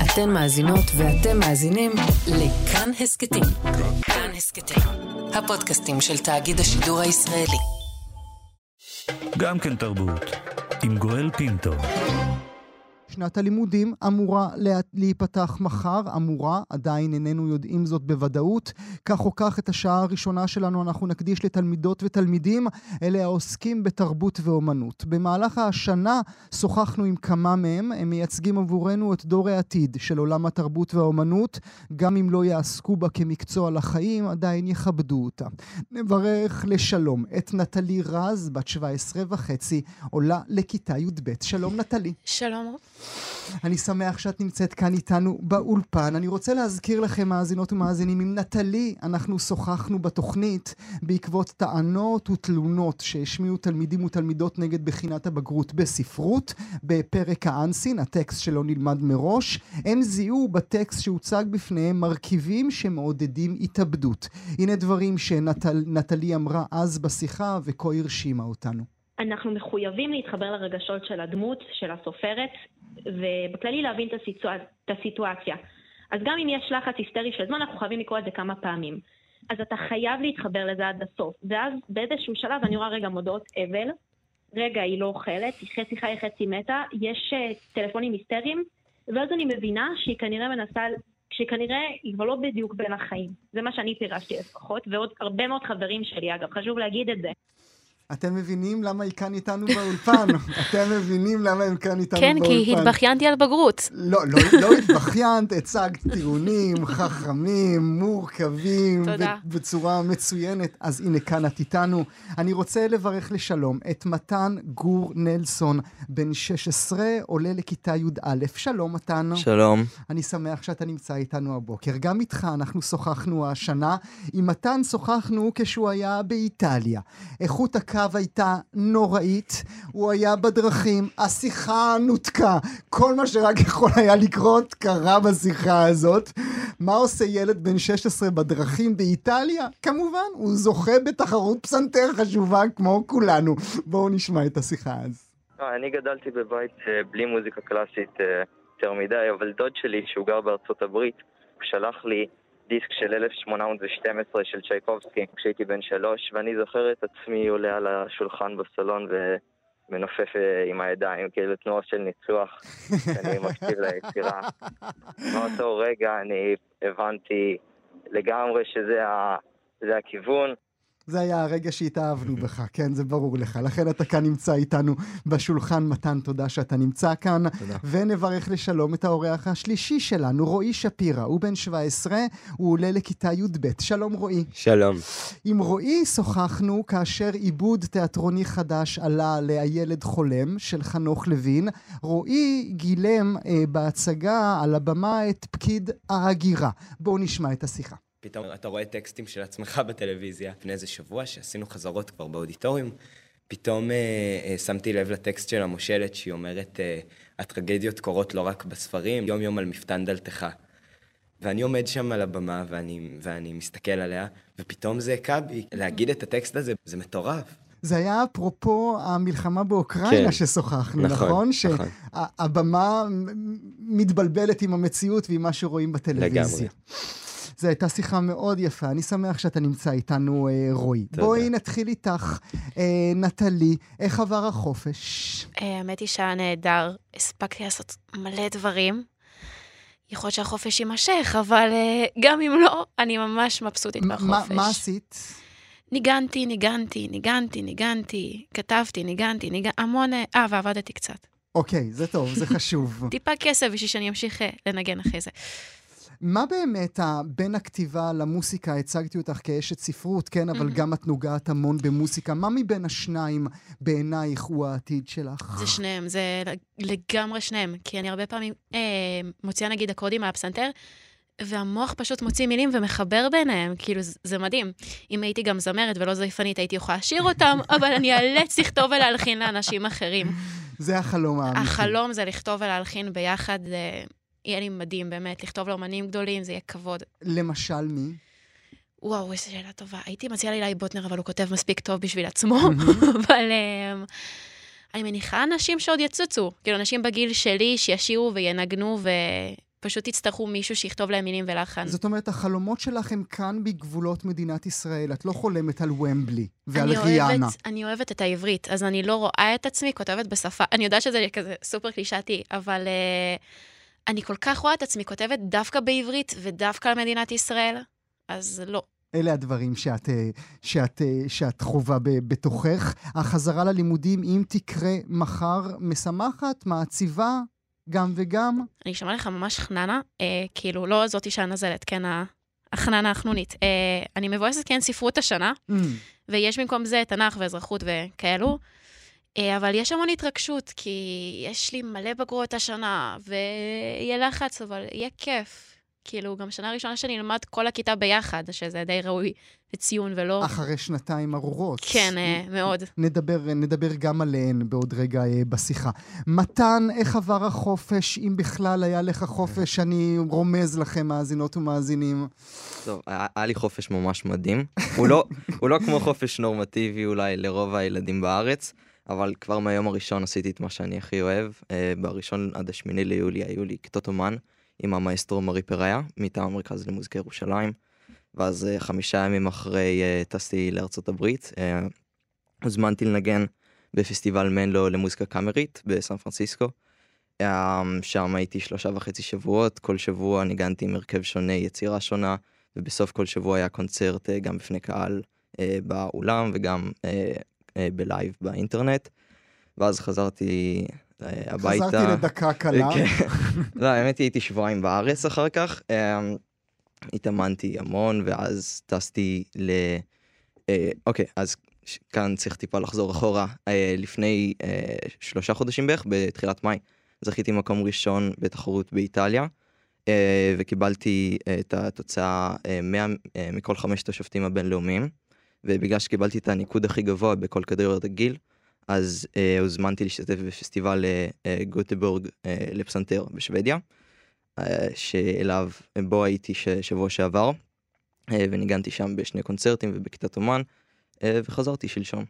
אתן מאזינות ואתם מאזינים לכאן הסקטים. כאן הסקטים, הפודקאסטים של תאגיד השידור הישראלי. גם כן תרבות, עם גואל פינטו. שנת הלימודים אמורה להיפתח מחר, עדיין איננו יודעים זאת בוודאות. כך או כך את השעה הראשונה שלנו אנחנו נקדיש לתלמידות ותלמידים, אלה העוסקים בתרבות ואומנות. במהלך השנה שוחחנו עם כמה מהם, הם מייצגים עבורנו את דור העתיד של עולם התרבות והאומנות, גם אם לא יעסקו בה כמקצוע לחיים, עדיין יכבדו אותה. נברך לשלום את נטלי רז, בת 17.5, עולה לכיתה י"ב. שלום נטלי. שלום. אני שמח שאת נמצאת כאן איתנו באולפן. אני רוצה להזכיר לכם, מאזינות ומאזינים, עם נטלי אנחנו שוחחנו בתוכנית בעקבות טענות ותלונות שהשמיעו תלמידים ותלמידות נגד בחינת הבגרות בספרות, בפרק האנסין, הטקסט שלא נלמד מראש. הם זיהו בטקסט שהוצג בפניהם מרכיבים שמעודדים התאבדות. הנה דברים שנטלי אמרה אז בשיחה וכה הרשימה אותנו. אנחנו מחויבים להתחבר לרגשות של הדמות, של הסופרת, ובכללי להבין את הסיטואציה. אז גם אם יש לחץ היסטרי של זמן, אנחנו חייבים לקרוא את זה כמה פעמים. אז אתה חייב להתחבר לזה עד הסוף. ואז באיזשהו שלב אני רואה רגע מודעות אבל, רגע היא לא אוכלת, היא חצי חי, חצי מתה, יש טלפונים היסטריים, ואז אני מבינה שהיא כנראה היא כבר לא בדיוק בין החיים. זה מה שאני פירשתי לפחות, ועוד הרבה מאוד חברים שלי, אגב, חשוב להגיד את זה. אתם מבינים למה היא כאן איתנו באולפן? אתם מבינים למה הם כאן איתנו באולפן? כן, כי התבחיינתי על בגרות. לא התבחיינת, הצגת טיעונים חכמים, מורכבים, בצורה מצוינת. אז הנה כאן את איתנו. אני רוצה לברך לשלום את מתן גור נלסון, בן 16, עולה לכיתה י"א. שלום מתן. שלום. אני שמח שאתה נמצא איתנו הבוקר. גם איתך אנחנו שוחחנו השנה. עם מתן שוחחנו כשהוא היה באיטליה. איכות הקו הייתה נוראית, הוא היה בדרכים, השיחה נותקה, כל מה שרק יכול היה לקרות קרה בשיחה הזאת. מה עושה ילד בן 16 בדרכים באיטליה? כמובן, הוא זוכה בתחרות פסנתר חשובה כמו כולנו. בואו נשמע את השיחה אז. אני גדלתי בבית בלי מוזיקה קלאסית יותר מדי, אבל דוד שלי שהוא גר בארצות הברית, הוא שלח לי דיסק של 1812 של צ'ייקובסקי כשהייתי בן 3, ואני זוכר את עצמי עולה על השולחן בסלון ומנופף עם הידיים, כאילו תנועה של ניצוח, אני מקשיב ליצירה. מאותו רגע אני הבנתי לגמרי שזה הכיוון. זה היה הרגע שהתאהבנו בך, כן, זה ברור לך. לכן אתה כאן נמצא איתנו בשולחן. מתן, תודה שאתה נמצא כאן. תודה. ונברך לשלום את האורח השלישי שלנו, רועי שפירא. הוא בן 17, הוא עולה לכיתה י"ב. שלום רועי. שלום. עם רועי שוחחנו כאשר עיבוד תיאטרוני חדש עלה ל"הילד חולם" של חנוך לוין. רועי גילם בהצגה על הבמה את פקיד ההגירה. בואו נשמע את השיחה. פתאום אתה רואה טקסטים של עצמך בטלוויזיה. לפני איזה שבוע שעשינו חזרות כבר באודיטוריום, פתאום שמתי לב לטקסט של המושלת שהיא אומרת, הטרגדיות קורות לא רק בספרים, יום יום על מפתן דלתך. ואני עומד שם על הבמה ואני מסתכל עליה, ופתאום זה הקע בי. להגיד את הטקסט הזה, זה מטורף. זה היה אפרופו המלחמה באוקראינה כן. ששוחחנו, נכון? שהבמה מתבלבלת עם המציאות ועם מה שרואים בטלוויזיה. לגמרי. זו הייתה שיחה מאוד יפה, אני שמח שאתה נמצא איתנו רועי. בואי נתחיל איתך, נטלי, איך עבר החופש? האמת היא שהיה נהדר, הספקתי לעשות מלא דברים, יכול להיות שהחופש יימשך, אבל גם אם לא, אני ממש מבסוטית מהחופש. מה עשית? ניגנתי, כתבתי, המון, ועבדתי קצת. אוקיי, זה טוב, זה חשוב. טיפה כסף בשביל שאני אמשיך לנגן אחרי זה. מה באמת בין הכתיבה למוסיקה, הצגתי אותך כאשת ספרות, כן, אבל גם את נוגעת המון במוסיקה, מה מבין השניים בעינייך הוא העתיד שלך? זה שניהם, זה לגמרי שניהם, כי אני הרבה פעמים מוציאה נגיד אקורדים מהפסנתר, והמוח פשוט מוציא מילים ומחבר ביניהם, כאילו זה מדהים. אם הייתי גם זמרת ולא זייפנית, הייתי יכולה לשיר אותם, אבל אני אאלץ לכתוב ולהלחין לאנשים אחרים. זה החלום האמיתי. החלום זה לכתוב ולהלחין ביחד, יהיה לי מדהים באמת, לכתוב לאמנים גדולים, זה יהיה כבוד. למשל מי? וואו, איזו שאלה טובה. הייתי מציעה לי בוטנר, אבל הוא כותב מספיק טוב בשביל עצמו, אבל אני מניחה אנשים שעוד יצוצו, כאילו אנשים בגיל שלי שישירו וינגנו פשוט יצטרכו מישהו שיכתוב להם מילים ולחן. זאת אומרת, החלומות שלך הם כאן בגבולות מדינת ישראל. את לא חולמת על ומבלי ועל ריאנה. אני אוהבת את העברית, אז אני לא רואה את עצמי כותבת בשפה. אני יודעת שזה כזה סופר קלישאתי, אבל אני כל כך רואה את עצמי כותבת דווקא בעברית ודווקא על מדינת ישראל, אז לא. אלה הדברים שאת חובה בתוכך. החזרה ללימודים, אם תקרה מחר, משמחת, מעציבה, גם וגם. אני אשמע לך ממש חננה, כאילו לא זאתי שהנזלת, כן, החננה החנונית. אני מבואסת כן ספרות השנה, ויש במקום זה תנ"ך ואזרחות וכאלו, אבל יש המון התרגשות, כי יש לי מלא בגרות השנה, ויהיה לחץ, אבל יהיה כיף. כאילו, גם שנה ראשונה שאני נלמד כל הכיתה ביחד, שזה די ראוי לציון ולא... אחרי שנתיים ארורות. כן, מאוד. נדבר גם עליהן בעוד רגע בשיחה. מתן, איך עבר החופש, אם בכלל היה לך חופש, אני רומז לכם, מאזינות ומאזינים. טוב, היה לי חופש ממש מדהים. הוא לא כמו חופש נורמטיבי אולי לרוב הילדים בארץ, אבל כבר מהיום הראשון עשיתי את מה שאני הכי אוהב. בראשון עד 8 ליולי היו לי כיתות אומן, עם המאסטרו מרי פריה, מטעם המרכז למוזיקה ירושלים, ואז 5 ימים אחרי טסתי לארצות הברית, הוזמנתי לנגן בפסטיבל מנלו למוזיקה קאמרית בסן פרנסיסקו, שם הייתי 3.5 שבועות, כל שבוע ניגנתי עם הרכב שונה, יצירה שונה, ובסוף כל שבוע היה קונצרט גם בפני קהל באולם וגם בלייב באינטרנט, ואז חזרתי הביתה. חזרתי לדקה קלה. לא, האמת הייתי שבועיים בארץ אחר כך, התאמנתי המון, ואז טסתי אוקיי, אז כאן צריך טיפה לחזור אחורה, לפני 3 חודשים בערך, בתחילת מאי, זכיתי מקום ראשון בתחרות באיטליה, וקיבלתי את התוצאה 100 מכל 5 השופטים הבינלאומיים, ובגלל שקיבלתי את הניקוד הכי גבוה בכל קטגוריית הגיל, אז הוזמנתי להשתתף בפסטיבל גוטבורג לפסנתר בשוודיה, בו הייתי שבוע שעבר, וניגנתי שם ב2 קונצרטים ובכיתת אומן, וחזרתי שלשום.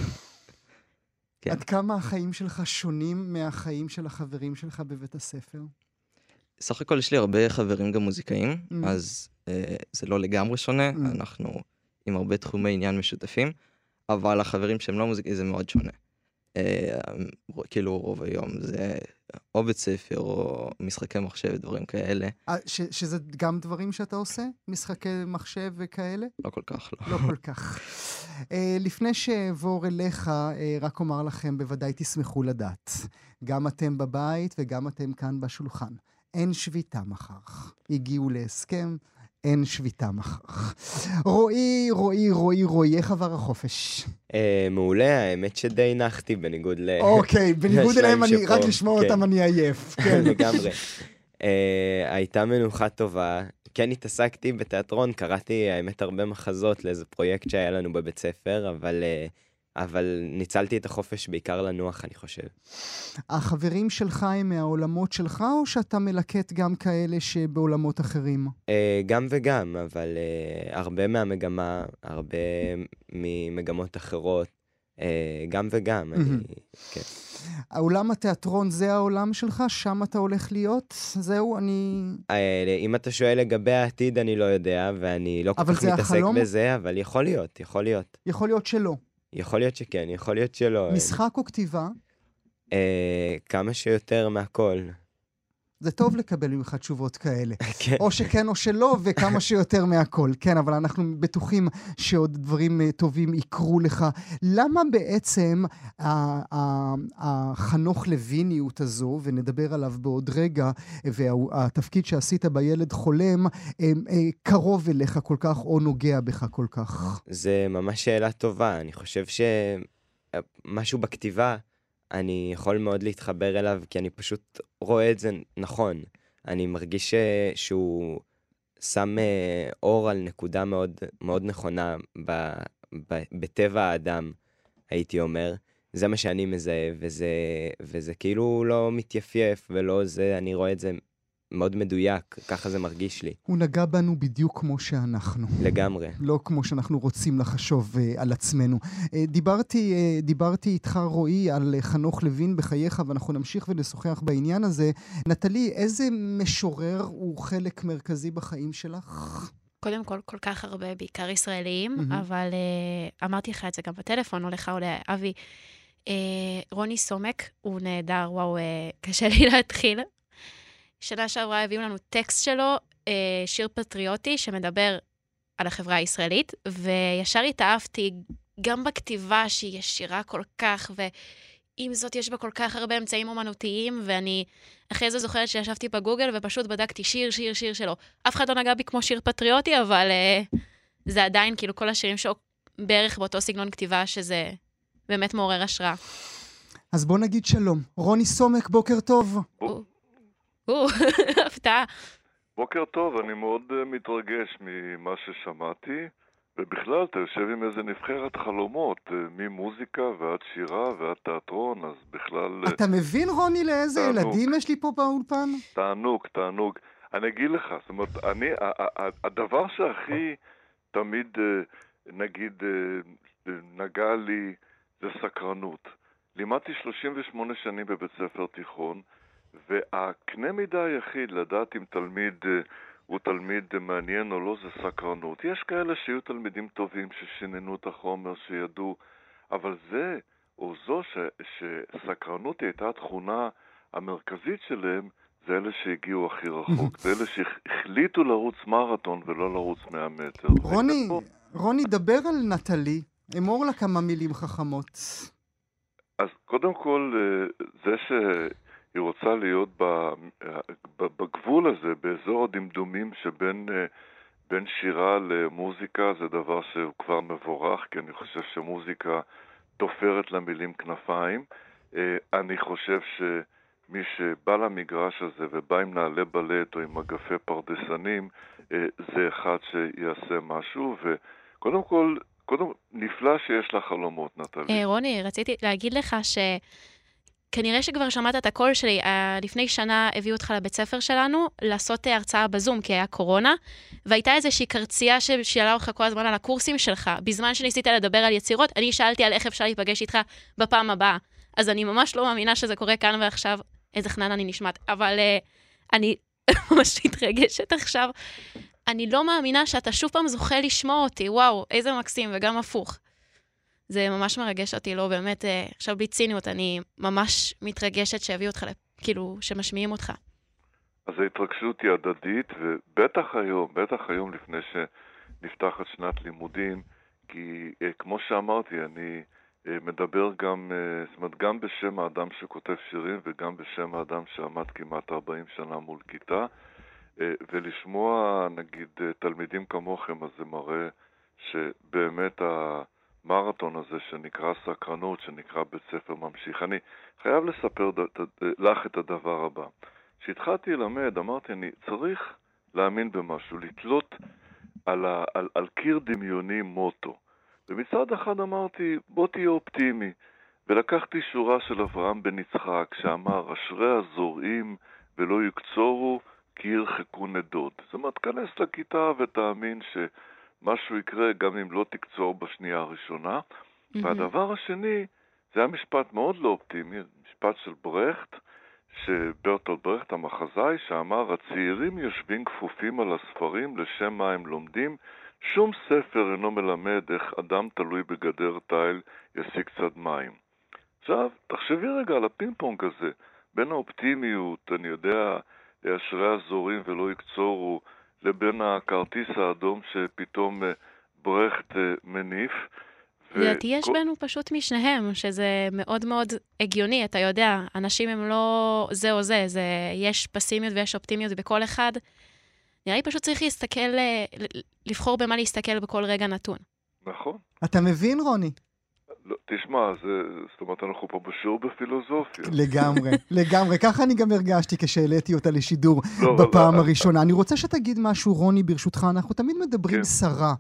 עד כמה החיים שלך שונים מהחיים של החברים שלך בבית הספר? סך הכל יש לי הרבה חברים גם מוזיקאים, אז זה לא לגמרי שונה, אנחנו עם הרבה תחומי עניין משותפים, אבל החברים שהם לא מוזיקאים זה מאוד שונה. כאילו רוב היום זה או בית ספר או משחקי מחשב, דברים כאלה. שזה גם דברים שאתה עושה? משחקי מחשב וכאלה? לא כל כך, לא. לא כל כך. לפני שעבור אליך, רק אומר לכם, בוודאי תשמחו לדעת. גם אתם בבית וגם אתם כאן בשולחן. אין שביתה מחר. הגיעו להסכם, אין שביתה מחר. רועי, איך עבר החופש? מעולה, האמת שדי נחתי בניגוד אוקיי, בניגוד אליהם, רק לשמוע אותם אני עייף. כן. לגמרי. הייתה מנוחה טובה. כן התעסקתי בתיאטרון, קראתי האמת הרבה מחזות לאיזה פרויקט שהיה לנו בבית ספר, אבל ניצלתי את החופש בעיקר לנוח, אני חושב. החברים שלך הם מהעולמות שלך, או שאתה מלקט גם כאלה שבעולמות אחרים? גם וגם, אבל הרבה מהמגמה, הרבה ממגמות אחרות, גם וגם. כן. העולם התיאטרון זה העולם שלך? שם אתה הולך להיות? זהו, אם אתה שואל לגבי העתיד, אני לא יודע, ואני לא כל כך מתעסק בזה, אבל יכול להיות. יכול להיות שלא. יכול להיות שכן, יכול להיות שלא. משחק או כתיבה? כמה שיותר מהכל. זה טוב לקבל ממך תשובות כאלה. או שכן או שלא, וכמה שיותר מהכל. כן, אבל אנחנו בטוחים שעוד דברים טובים יקרו לך. למה בעצם החנוך לויניות הזו, ונדבר עליו בעוד רגע, והתפקיד שעשית בילד חולם, קרוב אליך כל כך, או נוגע בך כל כך? זה ממש שאלה טובה. אני חושב שמשהו בכתיבה, אני יכול מאוד להתחבר אליו, כי אני פשוט רואה את זה נכון. אני מרגיש שהוא שם אור על נקודה מאוד, מאוד נכונה בטבע האדם, הייתי אומר. זה מה שאני מזהה, וזה כאילו לא מתייפייף, ולא זה, אני רואה את זה מאוד מדויק, ככה זה מרגיש לי. הוא נגע בנו בדיוק כמו שאנחנו. לגמרי. לא כמו שאנחנו רוצים לחשוב על עצמנו. דיברתי איתך, רועי, על חנוך לוין בחייך, ואנחנו נמשיך ונשוחח בעניין הזה. נטלי, איזה משורר הוא חלק מרכזי בחיים שלך? קודם כל כך הרבה, בעיקר ישראליים, אבל אמרתי לך את זה גם בטלפון, או לך או לאבי. רוני סומק הוא נהדר, וואו, קשה לי להתחיל. שנה שעברה הביאו לנו טקסט שלו, שיר פטריוטי שמדבר על החברה הישראלית, וישר התאהבתי גם בכתיבה שהיא ישירה כל כך, ועם זאת יש בה כל כך הרבה אמצעים אומנותיים, ואני אחרי זה זוכרת שישבתי בגוגל ופשוט בדקתי שיר שלו. אף אחד לא נגע בי כמו שיר פטריוטי, אבל זה עדיין כאילו כל השירים שלו בערך באותו סגנון כתיבה, שזה באמת מעורר השראה. אז בוא נגיד שלום. רוני סומק, בוקר טוב. הפתעה. בוקר טוב, אני מאוד מתרגש ממה ששמעתי, ובכלל אתה יושב עם איזה נבחרת חלומות, ממוזיקה ועד שירה ועד תיאטרון, אז בכלל... אתה מבין, רוני, לאיזה ילדים יש לי פה באולפן? תענוג. אני אגיד לך, זאת אומרת, הדבר שהכי תמיד, נגיד, נגע לי זה סקרנות. לימדתי 38 שנים בבית ספר תיכון, והקנה מידה היחיד לדעת אם תלמיד הוא תלמיד מעניין או לא זה סקרנות. יש כאלה שיהיו תלמידים טובים ששיננו את החומר, שידעו, אבל זה או זו שסקרנות הייתה התכונה המרכזית שלהם, זה אלה שהגיעו הכי רחוק. זה אלה שהחליטו לרוץ מרתון ולא לרוץ 100 מטר. רוני, דבר על נטלי. אמור לה כמה מילים חכמות. אז קודם כל, זה שהיא רוצה להיות בגבול הזה, באזור הדמדומים שבין שירה למוזיקה, זה דבר שהוא כבר מבורך, כי אני חושב שמוזיקה תופרת למילים כנפיים. אני חושב שמי שבא למגרש הזה ובא עם נעלי בלט או עם אגפי פרדסנים, זה אחד שיעשה משהו, וקודם כל, נפלא שיש לה חלומות, נטלי. רוני, רציתי להגיד לך שכנראה שכבר שמעת את הקול שלי. לפני שנה הביאו אותך לבית ספר שלנו לעשות הרצאה בזום, כי היה קורונה, והייתה איזושהי קרצייה ששאלה אותך כל הזמן על הקורסים שלך. בזמן שניסית לדבר על יצירות, אני שאלתי על איך אפשר להיפגש איתך בפעם הבאה. אז אני ממש לא מאמינה שזה קורה כאן ועכשיו. איזה חנן אני נשמעת. אבל אני ממש מתרגשת עכשיו. אני לא מאמינה שאתה שוב פעם זוכה לשמוע אותי, וואו, איזה מקסים, וגם הפוך. זה ממש מרגש אותי, לא באמת, עכשיו בלי ציניות, אני ממש מתרגשת שהביאו אותך, כאילו, שמשמיעים אותך. אז ההתרגשות היא הדדית, ובטח היום לפני שנפתחת שנת לימודים, כי כמו שאמרתי, אני מדבר גם, זאת אומרת, גם בשם האדם שכותב שירים, וגם בשם האדם שעמד כמעט 40 שנה מול כיתה, ולשמוע, נגיד, תלמידים כמוכם, אז זה מראה שבאמת המרתון הזה שנקרא סקרנות, שנקרא בית ספר ממשיך. אני חייב לספר לך את הדבר הבא. כשהתחלתי ללמד, אמרתי, אני צריך להאמין במשהו, לתלות על קיר דמיוני מוטו. ומצד אחד אמרתי, בוא תהיה אופטימי. ולקחתי שורה של אברהם בן יצחק, שאמר, אשרי הזורעים ולא יקצורו, כי ירחקו נדוד. זאת אומרת, כנס לכיתה ותאמין שמשהו יקרה גם אם לא תקצור בשנייה הראשונה. והדבר השני, זה היה משפט מאוד לא אופטימי, משפט של ברכט, שברטולד ברכט המחזאי, שאמר, הצעירים יושבים כפופים על הספרים לשם מה הם לומדים, שום ספר אינו מלמד איך אדם תלוי בגדר תיל ישיג קצת מים. עכשיו, תחשבי רגע על הפינג-פונג הזה, בין האופטימיות, אני יודע, אשרי הזורים ולא יקצורו, לבין הכרטיס האדום שפתאום ברכט מניף. לדעתי יש בנו פשוט משניהם, שזה מאוד מאוד הגיוני, אתה יודע, אנשים הם לא זה או זה, יש פסימיות ויש אופטימיות בכל אחד. נראה לי פשוט צריך לבחור במה להסתכל בכל רגע נתון. נכון. אתה מבין, רוני? לא, תשמע, זאת אומרת, אנחנו פה בשיעור בפילוסופיה. לגמרי, לגמרי. ככה אני גם הרגשתי כשהעליתי אותה לשידור בפעם הראשונה. אני רוצה שתגיד משהו, רוני, ברשותך. אנחנו תמיד מדברים סרה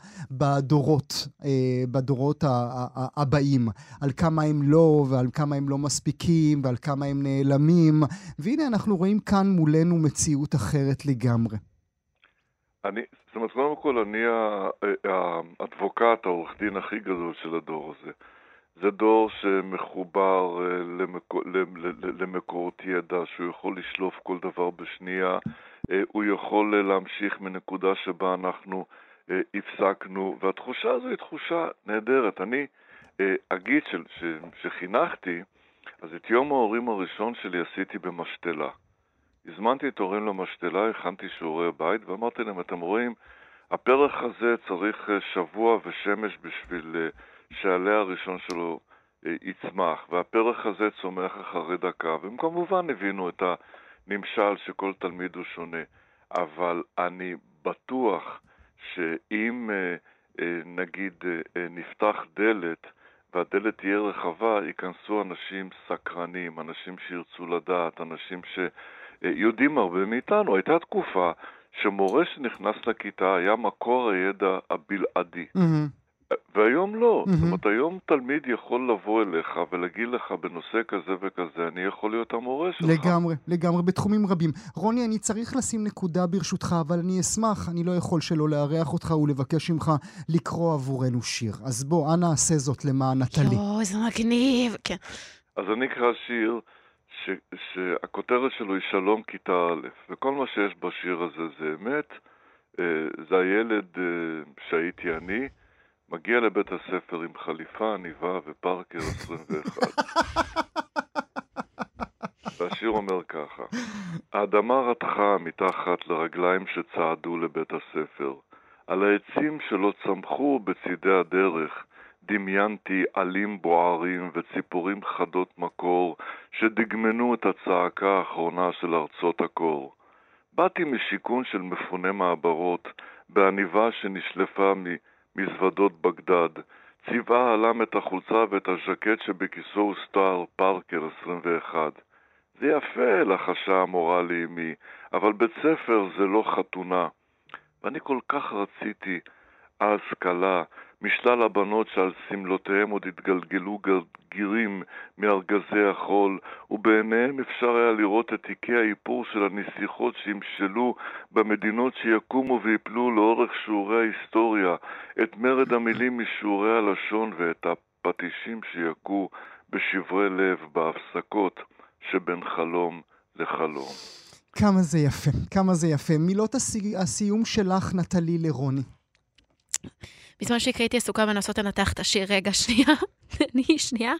בדורות הבאים, על כמה הם לא, ועל כמה הם לא מספיקים, ועל כמה הם נעלמים. והנה אנחנו רואים כאן מולנו מציאות אחרת לגמרי. זאת אומרת, קודם כל, אני האדבוקט, העורך דין הכי גדול של הדור הזה. זה דור שמחובר למקורות ידע, שהוא יכול לשלוף כל דבר בשנייה, הוא יכול להמשיך מנקודה שבה אנחנו הפסקנו, והתחושה הזו היא תחושה נהדרת. אני אגיד שחינכתי, אז את יום ההורים הראשון שלי עשיתי במשתלה. הזמנתי את הורים למשתלה, הכנתי שיעורי בית, ואמרתי להם, אתם רואים, הפרח הזה צריך שבוע ושמש בשביל שעלה הראשון שלו יצמח, והפרח הזה צומח אחרי דקה, והם כמובן הבינו את הנמשל שכל תלמיד הוא שונה. אבל אני בטוח שאם נגיד נפתח דלת, והדלת תהיה רחבה, ייכנסו אנשים סקרנים, אנשים שירצו לדעת, אנשים שיודעים הרבה מאיתנו. הייתה תקופה שמורה שנכנס לכיתה היה מקור הידע הבלעדי. והיום לא. זאת אומרת, היום תלמיד יכול לבוא אליך ולהגיד לך בנושא כזה וכזה, אני יכול להיות המורה שלך. לגמרי, לגמרי, בתחומים רבים. רוני, אני צריך לשים נקודה ברשותך, אבל אני אשמח, אני לא יכול שלא לארח אותך ולבקש ממך לקרוא עבורנו שיר. אז בוא, אנא עשה זאת למען נטלי. יואו, זה מגניב. כן. אז אני אקרא שיר שהכותרת שלו היא שלום כיתה א', וכל מה שיש בשיר הזה זה אמת. זה הילד שהייתי אני, מגיע לבית הספר עם חליפה, עניבה ופארקר 21. והשיר אומר ככה: האדמה רתחה מתחת לרגליים שצעדו לבית הספר. על העצים שלא צמחו בצידי הדרך, דמיינתי עלים בוערים וציפורים חדות מקור שדגמנו את הצעקה האחרונה של ארצות הקור. באתי משיקון של מפוני מעברות, בעניבה שנשלפה מזוודות בגדד. צבעה הלם את החולצה ואת הז'קט שבכיסו סטאר פארקר 21. זה יפה, לחשה המורה לאמי, אבל בית ספר זה לא חתונה. ואני כל כך רציתי השכלה, משלל הבנות שעל סמלותיהם עוד התגלגלו גירים מארגזי החול, ובעיניהם אפשר היה לראות את תיקי האיפור של הנסיכות שימשלו במדינות שיקומו ויפלו לאורך שיעורי ההיסטוריה, את מרד המילים משיעורי הלשון ואת הפטישים שיכו בשברי לב בהפסקות שבין חלום לחלום. כמה זה יפה, כמה זה יפה. מילות הסיום שלך, נטלי, לרוני. בזמן שהקראתי עסוקה בנסות לנתח את השיר, רגע, שנייה.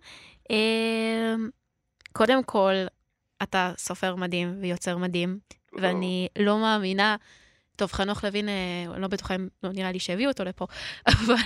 קודם כל, אתה סופר מדהים ויוצר מדהים, ואני לא מאמינה, טוב, חנוך לוין, לא בטוחה, לא נראה לי שהביאו אותו לפה, אבל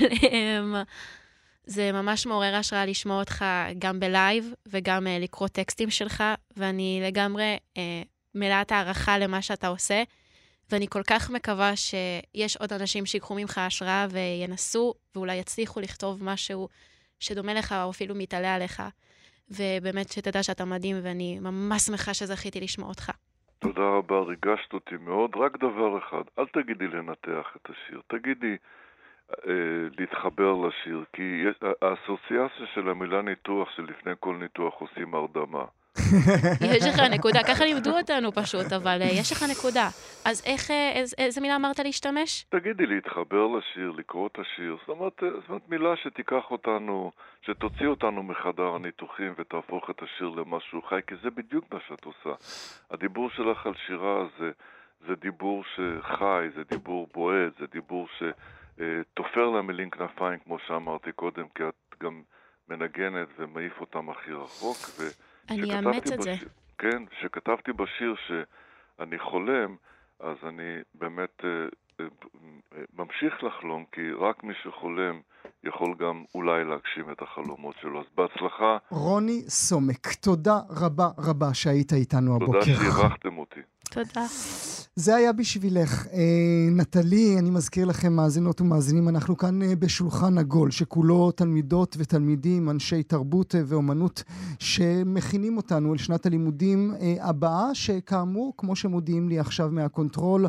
זה ממש מעורר השראה לשמוע אותך גם בלייב, וגם לקרוא טקסטים שלך, ואני לגמרי מלאת הערכה למה שאתה עושה, ואני כל כך מקווה שיש עוד אנשים שיקחו ממך השראה וינסו, ואולי יצליחו לכתוב משהו שדומה לך או אפילו מתעלה עליך. ובאמת שתדע שאתה מדהים, ואני ממש שמחה שזכיתי לשמוע אותך. תודה רבה, ריגשת אותי מאוד. רק דבר אחד, אל תגידי לנתח את השיר, תגידי להתחבר לשיר, כי האסוציאציה של המילה ניתוח, שלפני כל ניתוח עושים הרדמה. יש לך נקודה, ככה לימדו אותנו פשוט, אבל יש לך נקודה. אז איזה מילה אמרת להשתמש? תגידי להתחבר לשיר, לקרוא את השיר. זאת אומרת מילה שתיקח אותנו, שתוציא אותנו מחדר הניתוחים ותהפוך את השיר למשהו חי, כי זה בדיוק מה שאת עושה. הדיבור שלך על שירה זה דיבור שחי, זה דיבור בועט, זה דיבור שתופר למילים כנפיים, כמו שאמרתי קודם, כי את גם מנגנת ומעיף אותם הכי רחוק, אני אאמץ את זה. כן, שכתבתי בשיר שאני חולם, אז אני באמת ממשיך לחלום, כי רק מי שחולם יכול גם אולי להגשים את החלומות שלו. אז בהצלחה. רוני סומק, תודה רבה רבה שהיית איתנו הבוקר. תודה שהירחתם אותי. תודה. זה היה בשבילך. נטלי, אני מזכיר לכם, מאזינות ומאזינים, אנחנו כאן בשולחן עגול, שכולו תלמידות ותלמידים, אנשי תרבות ואומנות, שמכינים אותנו אל שנת הלימודים הבאה, שכאמור, כמו שמודיעים לי עכשיו מהקונטרול,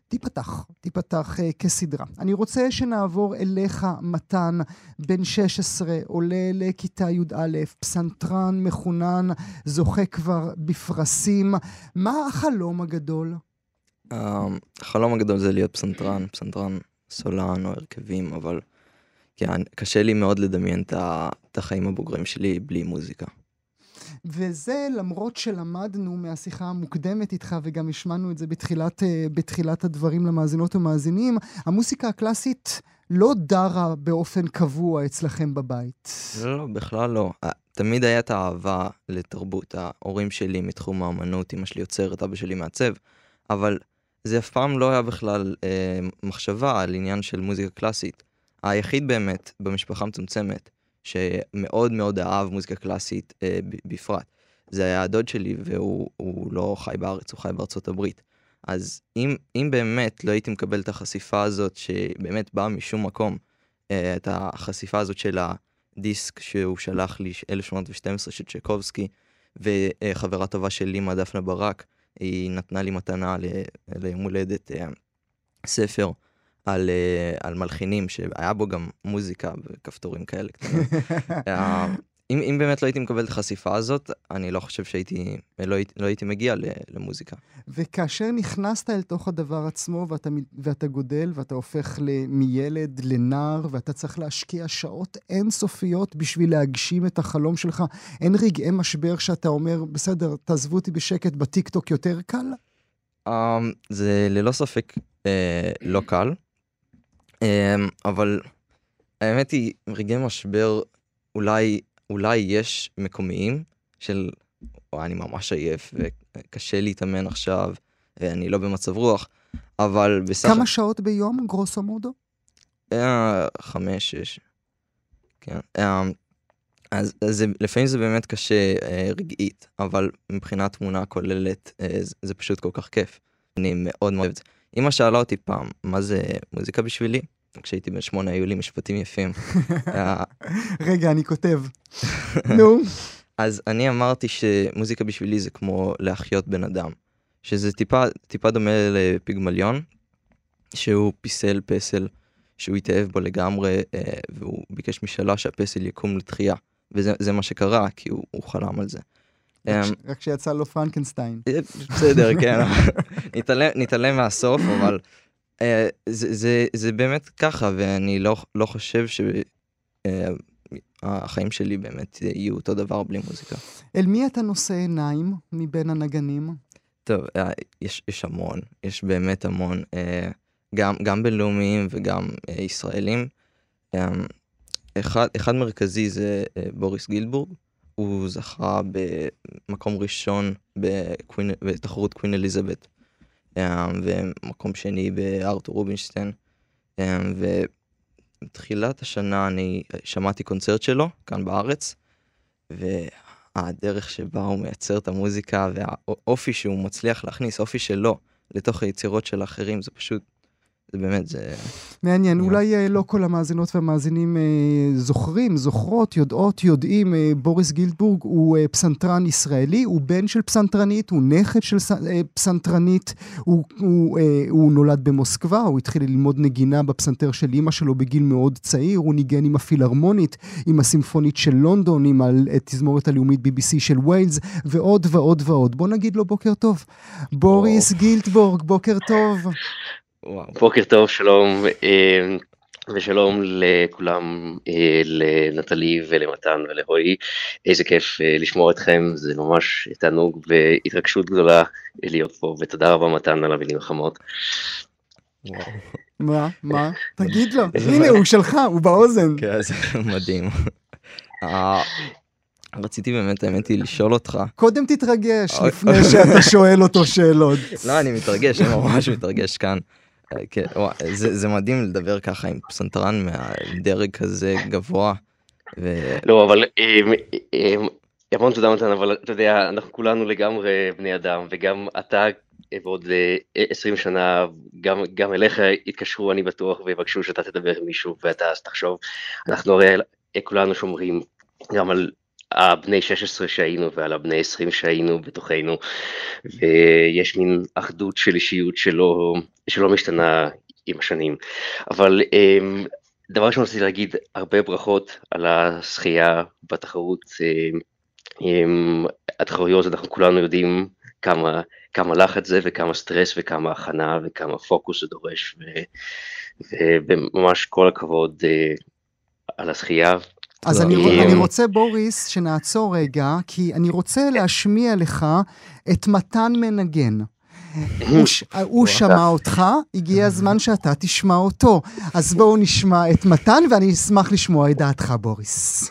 תיפתח כסדרה. אני רוצה שנעבור אליך, מתן, בן 16, עולה לכיתה י"א, פסנתרן, מחונן, זוכה כבר בפרסים. מה החלום הגדול? החלום הגדול זה להיות פסנתרן סולן או הרכבים, אבל כן, קשה לי מאוד לדמיין את החיים הבוגרים שלי בלי מוזיקה. וזה למרות שלמדנו מהשיחה המוקדמת איתך, וגם השמענו את זה בתחילת הדברים למאזינות ומאזינים, המוסיקה הקלאסית לא דרה באופן קבוע אצלכם בבית. לא, בכלל לא. תמיד הייתה האהבה לתרבות. ההורים שלי מתחום האמנות, אמא שלי יוצרת, אבא שלי מעצב, אבל זה אף פעם לא היה בכלל מחשבה על עניין של מוזיקה קלאסית. היחיד באמת במשפחה מצומצמת, שמאוד מאוד אהב מוזיקה קלאסית בפרט. זה היה הדוד שלי, והוא לא חי בארץ, הוא חי בארצות הברית. אז אם באמת לא הייתי מקבל את החשיפה הזאת, שבאמת באה משום מקום, את החשיפה הזאת של הדיסק שהוא שלח לי, 1812 של צ'ייקובסקי, וחברה טובה שלי, דפנה ברק, היא נתנה לי מתנה ליום הולדת ספר על מלחינים, שהיה בו גם מוזיקה וכפתורים כאלה קטנים. אם באמת לא הייתי מקבל את החשיפה הזאת, אני לא חושב לא הייתי מגיע למוזיקה. וכאשר נכנסת אל תוך הדבר עצמו, ואתה גודל, ואתה הופך מילד לנער, ואתה צריך להשקיע שעות אינסופיות בשביל להגשים את החלום שלך, אין רגעי משבר שאתה אומר, בסדר, תעזבו אותי בשקט, בטיקטוק יותר קל? זה ללא ספק לא קל, אבל האמת היא, רגעי משבר אולי יש מקומיים של, אני ממש עייף וקשה להתאמן עכשיו, ואני לא במצב רוח, אבל בסך... כמה שעות ביום, גרוסו מודו? 5, 6. כן. אז לפעמים זה באמת קשה רגעית, אבל מבחינת תמונה כוללת, זה פשוט כל כך כיף. אני מאוד מאוד אוהב את זה. אמא שאלה אותי פעם, מה זה מוזיקה בשבילי? כשהייתי בן 8 היו לי משפטים יפים. רגע, אני כותב. נו. אז אני אמרתי שמוזיקה בשבילי זה כמו להחיות בן אדם. שזה טיפה דומה לפיגמליון, שהוא פיסל פסל, שהוא התאהב בו לגמרי, והוא ביקש משאלה שהפסל יקום לתחייה. וזה מה שקרה, כי הוא חלם על זה. רק שיצא לו פרנקנסטיין. בסדר, כן. נתעלם מהסוף, אבל... זה באמת ככה, ואני לא חושב שהחיים שלי באמת יהיו אותו דבר בלי מוזיקה. אל מי אתה נושא עיניים מבין הנגנים? טוב, יש המון, יש באמת המון, גם בינלאומיים וגם ישראלים. אחד מרכזי זה בוריס גילבורג, הוא זכה במקום ראשון בתחרות קווין אליזבת. ומקום שני בארתור רובינשטיין, ובתחילת השנה אני שמעתי קונצרט שלו כאן בארץ, והדרך שבה הוא מייצר את המוזיקה והאופי שהוא מצליח להכניס, אופי שלו לתוך היצירות של האחרים, זה פשוט, זה באמת, זה... מעניין, אולי לא כל המאזינות והמאזינים זוכרים, זוכרות, יודעים, בוריס גילבורג הוא פסנתרן ישראלי, הוא בן של פסנתרנית, הוא נכד של פסנתרנית, הוא נולד במוסקבה, הוא התחיל ללמוד נגינה בפסנתר של אמא שלו בגיל מאוד צעיר, הוא ניגן עם הפילהרמונית, עם הסימפונית של לונדון, עם התזמורת הלאומית BBC של ויילס, ועוד ועוד ועוד. בוא נגיד לו בוקר טוב. בוריס גילבורג, בוקר טוב. בוקר טוב, שלום, ושלום לכולם, לנטלי ולמתן ולרועי. איזה כיף לשמוע אתכם, זה ממש תענוג והתרגשות גדולה להיות פה, ותודה רבה מתן על המילים החמות. מה? תגיד לו, הנה הוא שלך, הוא באוזן. כן, זה מדהים. רציתי באמת, האמת היא, לשאול אותך. קודם תתרגש, לפני שאתה שואל אותו שאלות. לא, אני מתרגש, אני ממש מתרגש כאן. זה מדהים לדבר ככה עם פסנתרן מהדרג כזה גבוה. לא, אבל המון תודה מתן, אבל אתה יודע, אנחנו כולנו לגמרי בני אדם, וגם אתה ועוד 20 שנה גם אליך יתקשרו, אני בטוח, ויבקשו שאתה תדבר עם מישהו, ואתה אז תחשוב. אנחנו הרי כולנו שומרים גם על הבני 16 שהיינו ועל הבני 20 שהיינו בתוכנו, ויש מין אחדות של אישיות שלא משתנה עם השנים. אבל דבר שאני רציתי להגיד, הרבה ברכות על הזכייה בתחרות. התחרויות, אנחנו כולנו יודעים כמה לחץ זה וכמה סטרס וכמה הכנה וכמה פוקוס זה דורש, וממש כל הכבוד על הזכייה. אז אני רוצה, בוריס, שנעצור רגע, כי אני רוצה להשמיע לך את מתן מנגן. הוא שמע אותך, הגיע הזמן שאתה תשמע אותו. אז בואו נשמע את מתן, ואני אשמח לשמוע את דעתך, בוריס.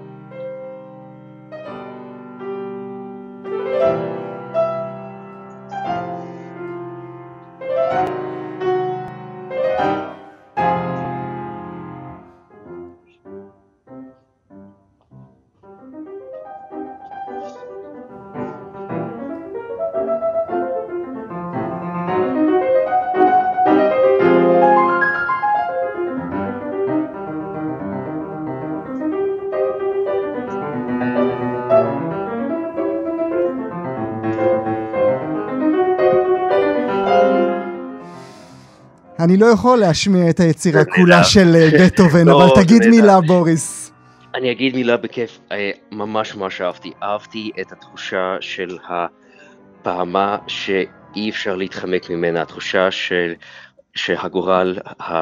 אני לא יכול להשמיע את היצירה כולה של בטהובן, אבל תגיד מילה, בוריס. אני אגיד מילה בכיף, ממש אהבתי את התחושה של הפעמה שאי אפשר להתחמק ממנה, התחושה שהגורל,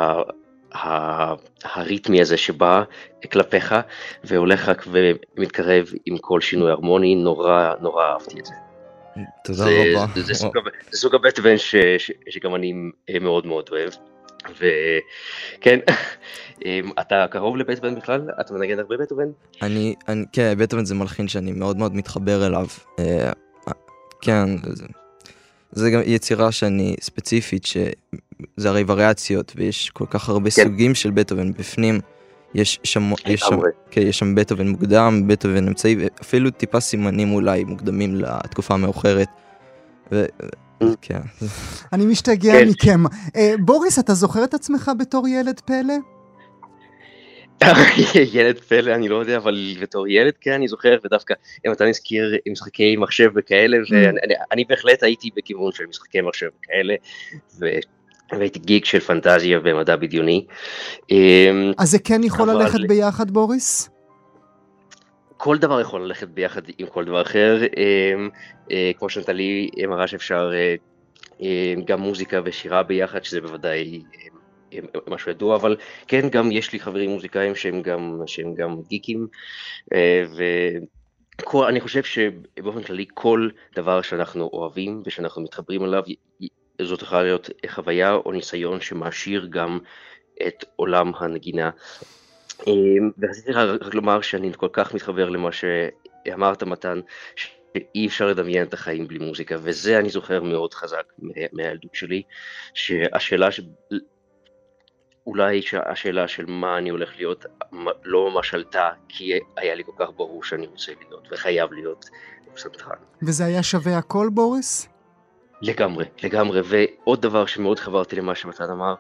הריתמי הזה שבא כלפיך והולך רק ומתקרב עם כל שינוי הרמוני, נורא אהבתי את זה. תודה רבה. זה סוג הבטהובן שגם אני מאוד אוהב, וכן, אתה קרוב לבטהובן בכלל? אתה מנגן הרבה בטהובן? כן, בטהובן זה מלחין שאני מאוד מתחבר אליו. כן, זה גם יצירה שאני ספציפית, שזה הרי וריאציות, ויש כל כך הרבה סוגים של בטהובן בפנים. יש שם בטהובן מוקדם, בטהובן אמצעי, ואפילו טיפה סימנים אולי מוקדמים לתקופה המאוחרת. כן. אני משתגע מכם. בוריס, אתה זוכר את עצמך בתור ילד פלא? ילד פלא, אני לא יודע, אבל בתור ילד כן, אני זוכר, ודווקא אם אתה נזכיר עם משחקי מחשב וכאלה, ואני בהחלט הייתי בכיוון של משחקי מחשב וכאלה, והייתי גיג של פנטזיה ומדע בדיוני. אז זה כן יכול ללכת ביחד, בוריס? כל דבר יכול ללכת ביחד עם כל דבר אחר, כמו שנטלי אמרה שאפשר גם מוזיקה ושירה ביחד, שזה בוודאי משהו ידוע, אבל כן, גם יש לי חברים מוזיקאים שהם גם גיקים, ואני חושב שבאופן כללי כל דבר שאנחנו אוהבים ושאנחנו מתחברים אליו, זאת יכולה להיות חוויה או ניסיון שמעשיר גם את עולם הנגינה. ורציתי רק לומר שאני כל כך מתחבר למה שאמרת, מתן, שאי אפשר לדמיין את החיים בלי מוזיקה, וזה אני זוכר מאוד חזק מהילדות שלי, אולי השאלה של מה אני הולך להיות לא ממש עלתה, כי היה לי כל כך ברור שאני רוצה להיות וחייב להיות פסנתרן. וזה היה שווה הכל, בוריס? לגמרי, ועוד דבר שמאוד חברתי למה שמתן אמר,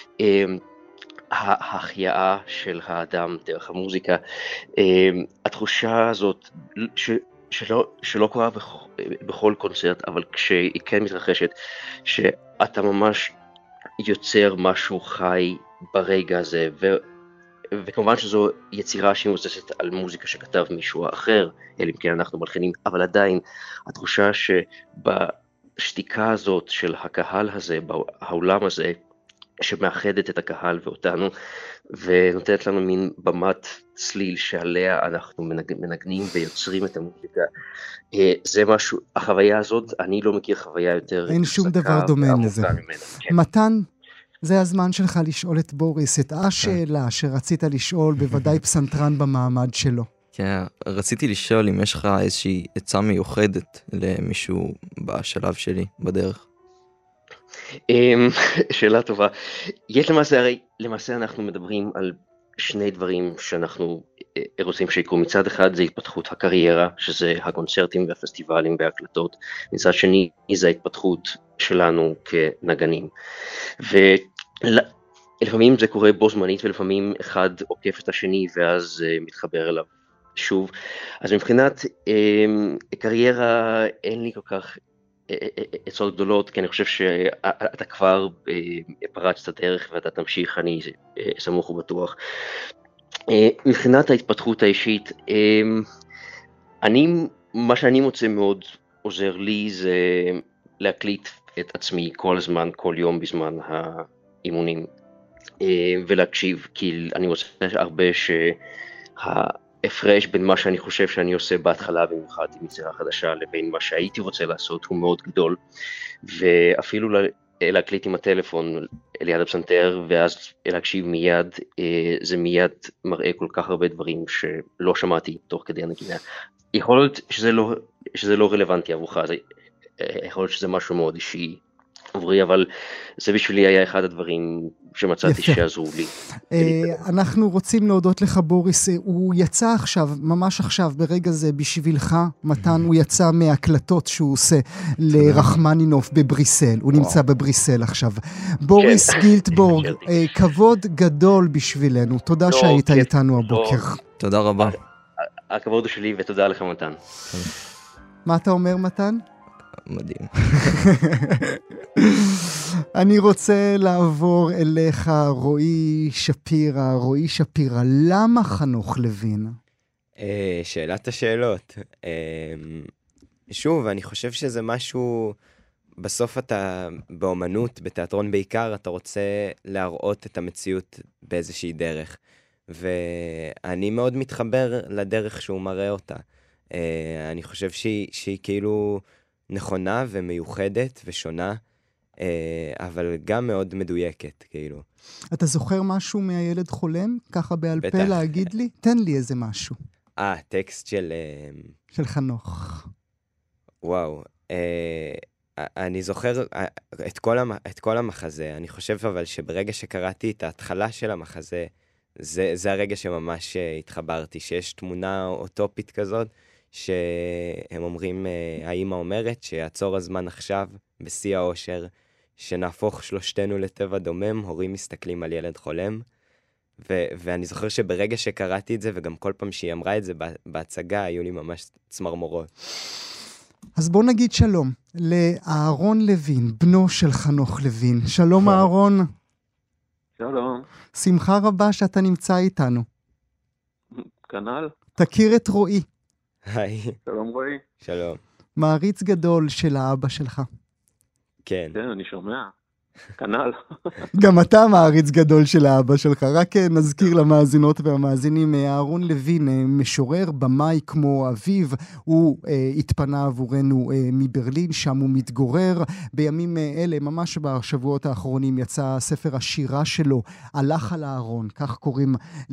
ההחייאה של האדם דרך המוזיקה, התחושה הזאת שלא קורה בכל קונצרט, אבל כשהיא כן מתרחשת, שאתה ממש יוצר משהו חי ברגע הזה, וכמובן שזו יצירה שהיא מבוססת על מוזיקה שכתב מישהו אחר, אלא אם כן אנחנו מלחינים, אבל עדיין התחושה שבשתיקה הזאת של הקהל הזה, באולם הזה, שמאחדת את הקהל ואותנו, ונותנת לנו מין במת צליל שעליה אנחנו מנגנים ויוצרים את המוזיקה. זה משהו, החוויה הזאת, אני לא מכיר חוויה יותר... אין שום דבר דומה לזה. מתן, זה הזמן שלך לשאול את בוריס, את השאלה שרצית לשאול, בוודאי פסנתרן במעמד שלו. כן, רציתי לשאול אם יש לך איזושהי עצה מיוחדת למישהו בשלב שלי, בדרך. שאלה טובה. יש למעשה אנחנו מדברים על שני דברים שאנחנו רוצים שיקרו. מצד אחד זה התפתחות הקריירה, שזה הקונצרטים והפסטיבלים וההקלטות, מצד שני זה ההתפתחות שלנו כנגנים. ולפעמים זה קורה בו זמנית, ולפעמים אחד עוקף את השני ואז מתחבר אליו שוב. אז מבחינת קריירה אין לי כל כך עצות גדולות, כי אני חושב שאתה כבר פרצת את הדרך ואתה תמשיך, אני סמוך ובטוח. מבחינת ההתפתחות האישית, מה שאני מוצא מאוד עוזר לי זה להקליט את עצמי כל הזמן, כל יום בזמן האימונים, ולהקשיב, כי אני מוצא הרבה שההפרש בין מה שאני חושב שאני עושה בהתחלה, במיוחד עם יצירה חדשה, לבין מה שהייתי רוצה לעשות הוא מאוד גדול, ואפילו להקליט עם הטלפון ליד הפסנתר ואז להקשיב מיד, זה מיד מראה כל כך הרבה דברים שלא שמעתי תוך כדי הנגינה. יכול להיות שזה לא רלוונטי עבורך, יכול להיות שזה משהו מאוד אישי עבורי, אבל זה בשבילי היה אחד הדברים שמצאתי שעזרו לי. אנחנו רוצים להודות לך בוריס, הוא יצא עכשיו, ממש עכשיו, ברגע זה בשבילך, מתן, הוא יצא מהקלטות שהוא עושה לרחמנינוף בבריסל, הוא נמצא בבריסל עכשיו. בוריס גילטבורג, כבוד גדול בשבילנו, תודה שהיית איתנו הבוקר. תודה רבה. הכבוד הוא שלי ותודה לך מתן. מה אתה אומר מתן? מדהים. אני רוצה לעבור אליך, רועי שפירא, למה חנוך לוין? שאלת השאלות. שוב, אני חושב שזה משהו, בסוף אתה באומנות, בתיאטרון בעיקר, אתה רוצה להראות את המציאות באיזושהי דרך. ואני מאוד מתחבר לדרך שהוא מראה אותה. אני חושב שהיא כאילו נכונה ומיוחדת ושונה, אבל גם מאוד מדויקת, כאילו. אתה זוכר משהו מהילד חולם? ככה בעל פה להגיד לי? תן לי איזה משהו. טקסט של חנוך. וואו. אני זוכר את כל המחזה. אני חושב אבל שברגע שקראתי את ההתחלה של המחזה, זה הרגע שממש התחברתי, שיש תמונה אוטופית כזאת, שהם אומרים, האמא אומרת שיעצור הזמן עכשיו, בשיא האושר, שנהפוך שלושתנו לטבע דומם, הורים מסתכלים על ילד חולם. ואני זוכר שברגע שקראתי את זה, וגם כל פעם שהיא אמרה את זה בהצגה, היו לי ממש צמרמורות. אז בוא נגיד שלום לאהרון לוין, בנו של חנוך לוין. שלום אהרון. שלום. שמחה רבה שאתה נמצא איתנו. כנ"ל. תכיר את רועי. היי. שלום רועי. שלום. מעריץ גדול של האבא שלך. כן. כן, אני שומע. כנ"ל. גם אתה מעריץ גדול של האבא שלך. רק נזכיר למאזינות והמאזינים, אהרון לוין, משורר, במאי כמו אביו, הוא התפנה עבורנו מברלין, שם הוא מתגורר. בימים אלה, ממש בשבועות האחרונים, יצא ספר השירה שלו, הלך על אהרון, כך קוראים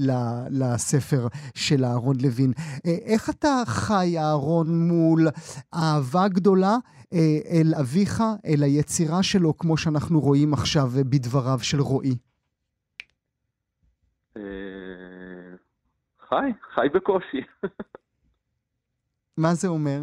לספר של אהרון לוין. איך אתה חי, אהרון, מול אהבה גדולה אל אביך, אל היצירה שלו, כמו שאנחנו רואים עכשיו בדבריו של רועי? חי בקושי. מה זה אומר?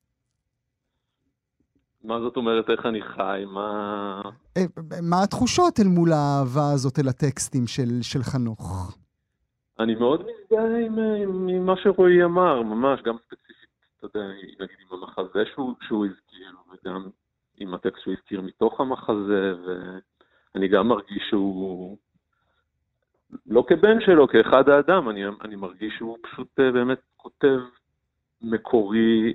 מה זאת אומרת, איך אני חי? מה התחושות אל מול האהבה הזאת, אל הטקסטים של חנוך? אני מאוד מזדהה עם מה שרועי אמר, ממש, גם ספציפית, אתה יודע, נגיד עם המחזה שהוא הזכיר, וגם עם הטקסט שהוא הזכיר מתוך המחזה, ואני גם מרגיש שהוא, לא כבן שלו, כאחד האדם, אני מרגיש שהוא פשוט באמת כותב מקורי,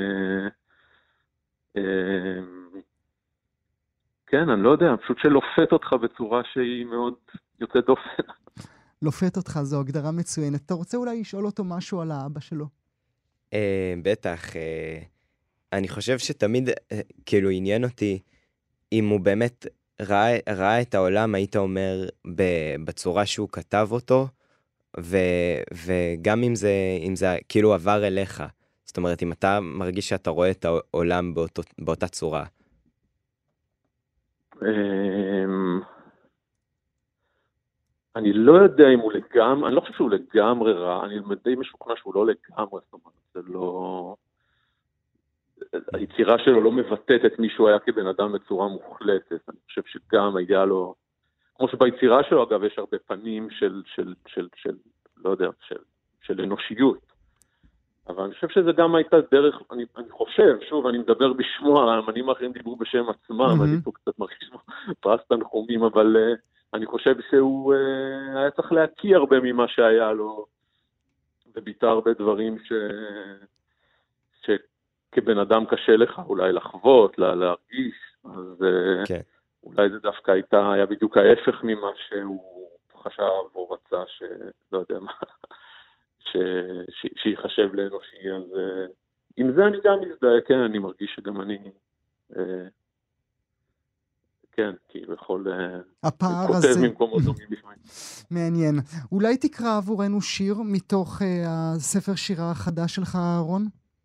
כן, אני לא יודע, פשוט שלופת אותך בצורה שהיא מאוד יוצאת דופן. לופת אותך, זו הגדרה מצוינת. אתה רוצה אולי לשאול אותו משהו על האבא שלו? בטח. אני חושב שתמיד, כאילו, עניין אותי, אם הוא באמת ראה את העולם, היית אומר, בצורה שהוא כתב אותו, וגם אם זה כאילו עבר אליך. זאת אומרת, אם אתה מרגיש שאתה רואה את העולם באותה צורה. אני לא יודע אם הוא לגמרי, אני לא חושב שהוא לגמרי רע, אני די משוכנע שהוא לא לגמרי, זאת אומרת, זה לא... היצירה שלו לא מבטאת את מי שהוא היה כבן אדם בצורה מוחלטת, אני חושב שגם היה לו, כמו שביצירה שלו אגב יש הרבה פנים לא יודע, של אנושיות, אבל אני חושב שזה גם הייתה דרך, אני חושב, שוב, אני מדבר בשמו, האמנים האחרים דיברו בשם עצמם, אני פה קצת מרגיש פרס תנחומים, אבל אני חושב שהוא היה צריך להכיר הרבה ממה שהיה לו, וביטא הרבה דברים שכבן אדם קשה לך אולי לחוות, להרגיש, אז אולי זה דווקא היה בדיוק ההפך ממה שהוא חשב או רצה, שלא יודע מה, שיחשב לאנושי, אז עם זה אני גם מזדהה, כן, אני מרגיש שגם אני, כן, כאילו יכול, הפער הזה, ממקומות דומים לפעמים. מעניין. אולי תקרא עבורנו שיר מתוך הספר שירה החדש שלך, אהרון?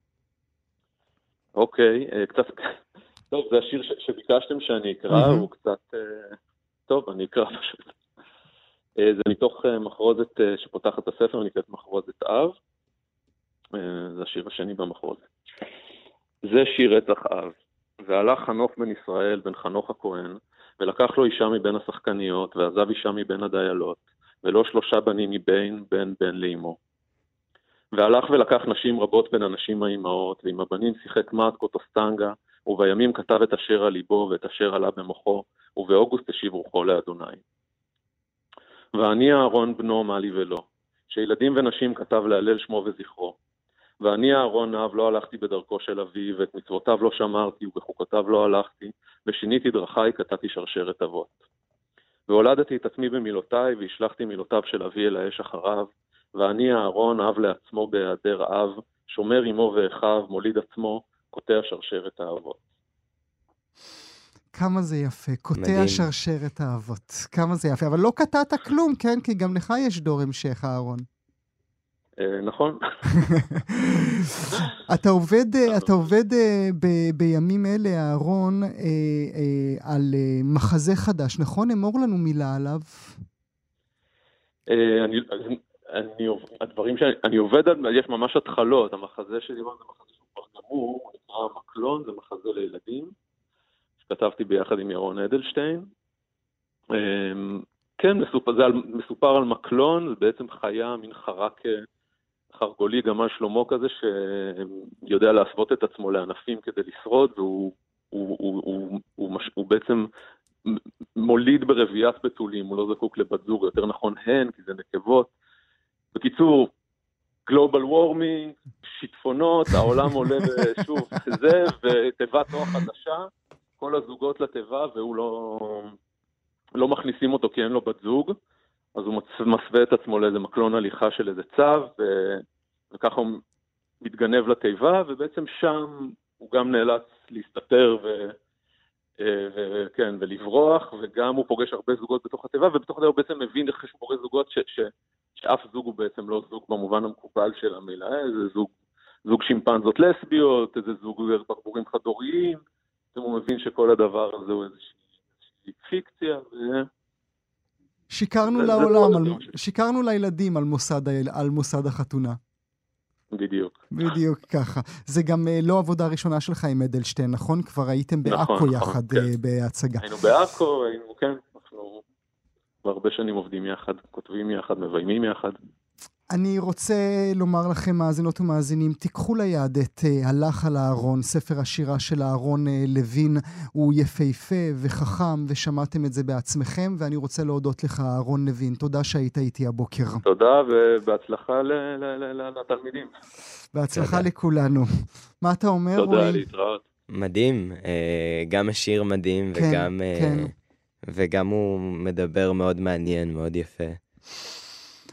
אוקיי, קצת, טוב, זה השיר שביקשתם שאני אקרא, הוא קצת, טוב, אני אקרא פשוט. זה מתוך מחרוזת שפותחת את הספר, נקראת מחרוזת אב. זה השיר השני במחרוזת. זה שיר רצח אב. והלך חנוך בן ישראל, בן חנוך הכהן, ולקח לו אישה מבין השחקניות, ועזב אישה מבין הדיילות, ולא 3 בנים מבין בן לאמו. והלך ולקח נשים רבות בין הנשים האימהות, ועם הבנים שיחק מאטקו טוסטנגה, ובימים כתב את אשר על ליבו ואת אשר עלה במוחו, ובאוגוסט השיב רוחו לאדוני. ואני אהרון בנו מה לי ולא, שילדים ונשים כתב להלל שמו וזכרו. ואני אהרון אב לא הלכתי בדרכו של אבי, ואת מצוותיו לא שמרתי, ובחוקותיו לא הלכתי, ושיניתי דרכי קטעתי שרשרת אבות. והולדתי את עצמי במילותיי, והשלחתי מילותיו של אבי אל האש אחריו, ואני אהרון אב לעצמו בהיעדר אב, שומר עמו ואחיו, מוליד עצמו, קוטע שרשרת האבות. כמה זה יפה, קוטע שרשרת האבות. כמה זה יפה, אבל לא קטעת כלום, כן? כי גם לך יש דור המשך, אהרון. נכון. אתה עובד בימים אלה, אהרון, על מחזה חדש, נכון? אמור לנו מילה עליו. הדברים שאני עובד על, יש ממש התחלות. המחזה שלי זה מחזה שהוא כבר גמור, הוא נקרא מקלון, זה מחזה לילדים, שכתבתי ביחד עם ירון אדלשטיין. כן, זה מסופר על מקלון, זה בעצם חיה, מין חרגולי גמל שלמה כזה, שיודע להסוות את עצמו לענפים כדי לשרוד, והוא בעצם מוליד ברביית בתולים, הוא לא זקוק לבת זוג, יותר נכון הן, כי זה נקבות. בקיצור, גלובל וורמינג, שיטפונות, העולם עולה שוב זה, וטבעת נוח חדשה, כל הזוגות לטבע, והוא לא מכניסים אותו כי אין לו בת זוג, אז הוא מסווה את עצמו לאיזה מקלון הליכה של איזה צו, וככה הוא מתגנב לטבע, ובעצם שם הוא גם נאלץ להסתתר וכן, ולברוח, וגם הוא פוגש הרבה זוגות בתוך הטבע, ובתוך הטבע הוא בעצם מבין איך שהוא פוגש זוגות שאף זוג הוא בעצם לא זוג במובן המקובל של המילה, זה זוג שימפנזות לסביות, איזה זוג בחורים חד-הוריים, הוא מבין שכל הדבר הזה הוא איזושהי פיקציה, שיקרנו לעולם, שיקרנו לילדים על מוסד החתונה. בדיוק ככה. זה גם לא עבודה ראשונה שלך עם אדלשטיין, נכון? כבר הייתם בעכו יחד בהצגה. היינו בעכו, כן, אנחנו הרבה שנים עובדים יחד, כותבים יחד, מביימים יחד. אני רוצה לומר לכם, מאזינות ומאזינים, תיקחו ליד את הלך על אהרון, ספר השירה של אהרון לוין. הוא יפהפה וחכם, ושמעתם את זה בעצמכם, ואני רוצה להודות לך, אהרון לוין. תודה שהיית איתי הבוקר. תודה, ובהצלחה לתלמידים. בהצלחה לכולנו. מה אתה אומר? תודה, להתראות. מדהים, גם השיר מדהים, וגם הוא מדבר מאוד מעניין, מאוד יפה.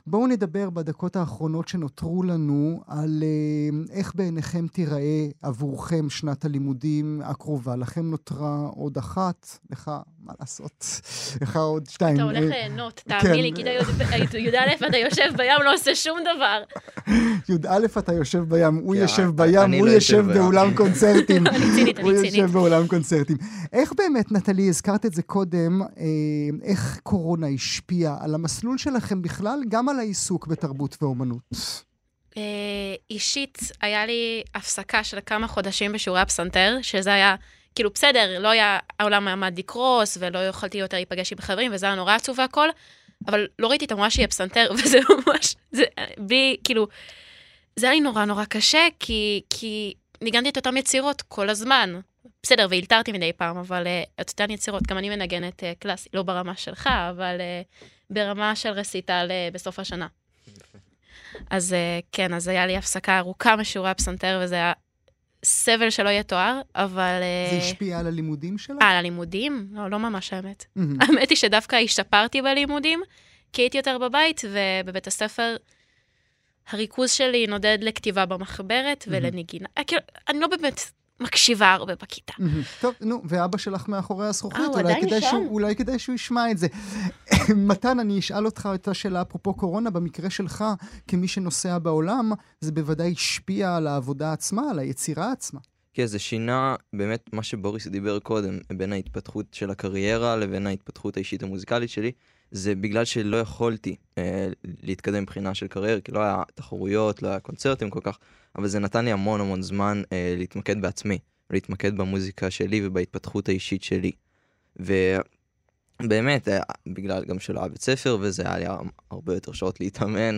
בואו נדבר בדקות האחרונות שנותרו לנו על איך בעיניכם תיראה עבורכם שנת הלימודים הקרובה. לכם נותרה עוד אחת, לך מה לעשות? לך עוד שתיים. אתה הולך ליהנות, תאמין לי, כיתה י"א אתה יושב בים, לא עושה שום דבר. י"א אתה יושב בים, הוא יושב בים, הוא יושב באולם קונצרטים. הוא יושב באולם קונצרטים. איך באמת, נטלי, הזכרת את זה קודם, איך קורונה השפיעה על המסלול שלכם בכלל, גם על העיסוק בתרבות ואומנות? אישית, היה לי הפסקה של כמה חודשים בשיעורי הפסנתר, שזה היה, כאילו בסדר, לא היה, העולם עמד לקרוס, ולא יכולתי יותר להיפגש עם חברים, וזה היה נורא עצוב והכל, אבל לא ראיתי את המורה שיהיה פסנתר, וזה ממש, זה, בלי, כאילו, זה היה לי נורא נורא קשה, כי ניגנתי את אותם יצירות כל הזמן. בסדר, והילתרתי מדי פעם, אבל את אותן יצירות, גם אני מנגנת קלאסי, לא ברמה שלך, אבל ברמה של רסיטל בסוף השנה. אז כן, אז היה לי הפסקה ארוכה משיעורי הפסנתר, וזה היה סבל שלא יהיה תואר, אבל... זה השפיע על הלימודים שלך? על הלימודים? לא ממש האמת. האמת היא שדווקא השתפרתי בלימודים, כי הייתי יותר בבית, ובבית הספר הריכוז שלי נודד לכתיבה במחברת ולנגינה. אני לא באמת מקשיבה הרבה בכיתה. טוב, נו, ואבא שלך מאחורי הזכוכית, הוא עדיין שם. אולי כדאי שהוא ישמע את זה. מתן, אני אשאל אותך את השאלה אפרופו קורונה, במקרה שלך, כמי שנוסע בעולם, זה בוודאי השפיע על העבודה עצמה, על היצירה עצמה. כן, זה שינה באמת מה שבוריס דיבר קודם, בין ההתפתחות של הקריירה לבין ההתפתחות האישית המוזיקלית שלי, זה בגלל שלא יכולתי להתקדם מבחינה של קריירה, כי לא היה תחרויות, לא היה קונצרטים כל כך, אבל זה נתן לי המון המון זמן להתמקד בעצמי, להתמקד במוזיקה שלי ובהתפתחות האישית שלי. ובאמת, בגלל גם שלא היה בית ספר, וזה היה לי הרבה יותר שעות להתאמן,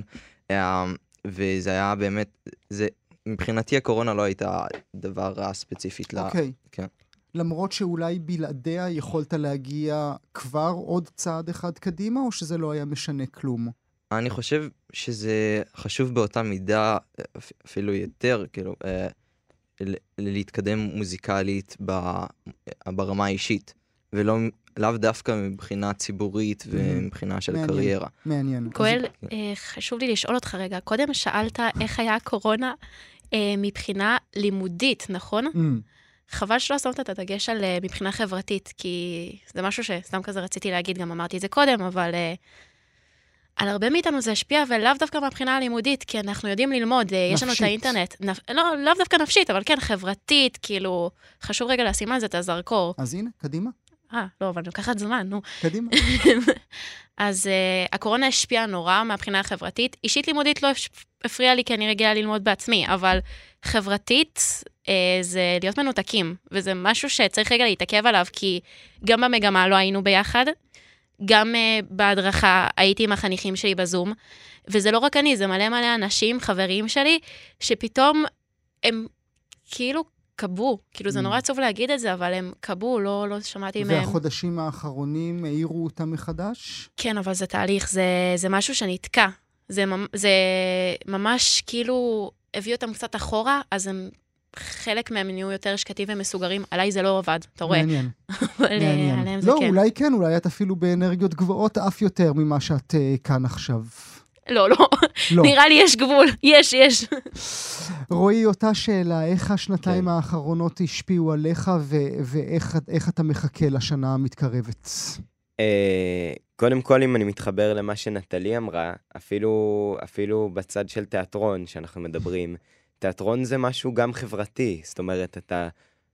וזה היה באמת, מבחינתי הקורונה לא הייתה דבר רע ספציפית. אוקיי. כן. למרות שאולי בלעדיה יכולת להגיע כבר עוד צעד אחד קדימה, או שזה לא היה משנה כלום? אני חושב שזה חשוב באותה מידה, אפילו יותר, כאילו, להתקדם מוזיקלית ברמה האישית, לאו דווקא מבחינה ציבורית ומבחינה של קריירה. מעניין. גואל, חשוב לי לשאול אותך רגע, קודם שאלת איך היה הקורונה מבחינה לימודית, נכון? חבל שלא שמת את הדגש על מבחינה חברתית, כי זה משהו שסתם כזה רציתי להגיד, גם אמרתי את זה קודם, אבל על הרבה מאיתנו זה השפיע, ולאו דווקא מבחינה הלימודית, כי אנחנו יודעים ללמוד, יש לנו את האינטרנט. לאו דווקא נפשית, אבל כן, חברתית, כאילו, חשוב רגע לשים על זה את הזרקור. אז הנה, קדימה. לא, אבל לוקחת זמן, נו. קדימה. אז הקורונה השפיעה נורא מהבחינה החברתית. אישית לימודית לא הפריעה לי, כי אני רגילה ללמוד בעצמי, אבל חברתית זה להיות מנותקים, וזה משהו שצריך רגע להתעכב עליו, כי גם במגמה לא היינו ביחד, גם בהדרכה הייתי עם החניכים שלי בזום, וזה לא רק אני, זה מלא מלא אנשים, חברים שלי, שפתאום הם כאילו קבו, כאילו זה נורא עצוב להגיד את זה, אבל הם קבו, לא שמעתי מהם. והחודשים האחרונים העירו אותם מחדש? כן, אבל זה תהליך, זה משהו שנתקע. זה ממש כאילו הביא אותם קצת אחורה, אז הם חלק מהם נהיו יותר שקטים ומסוגרים. עליי זה לא עבד, אתה רואה? מעניין. עליהם זה לא, כן. אולי כן, אולי את אפילו באנרגיות גבוהות אף יותר ממה שאת כאן עכשיו. לא. נראה לי יש גבול. יש. רועי, אותה שאלה, איך השנתיים האחרונות השפיעו עליך, ואיך אתה מחכה לשנה המתקרבת? קודם כל, אם אני מתחבר למה שנטלי אמרה, אפילו בצד של תיאטרון שאנחנו מדברים, תיאטרון זה משהו גם חברתי, זאת אומרת, אתה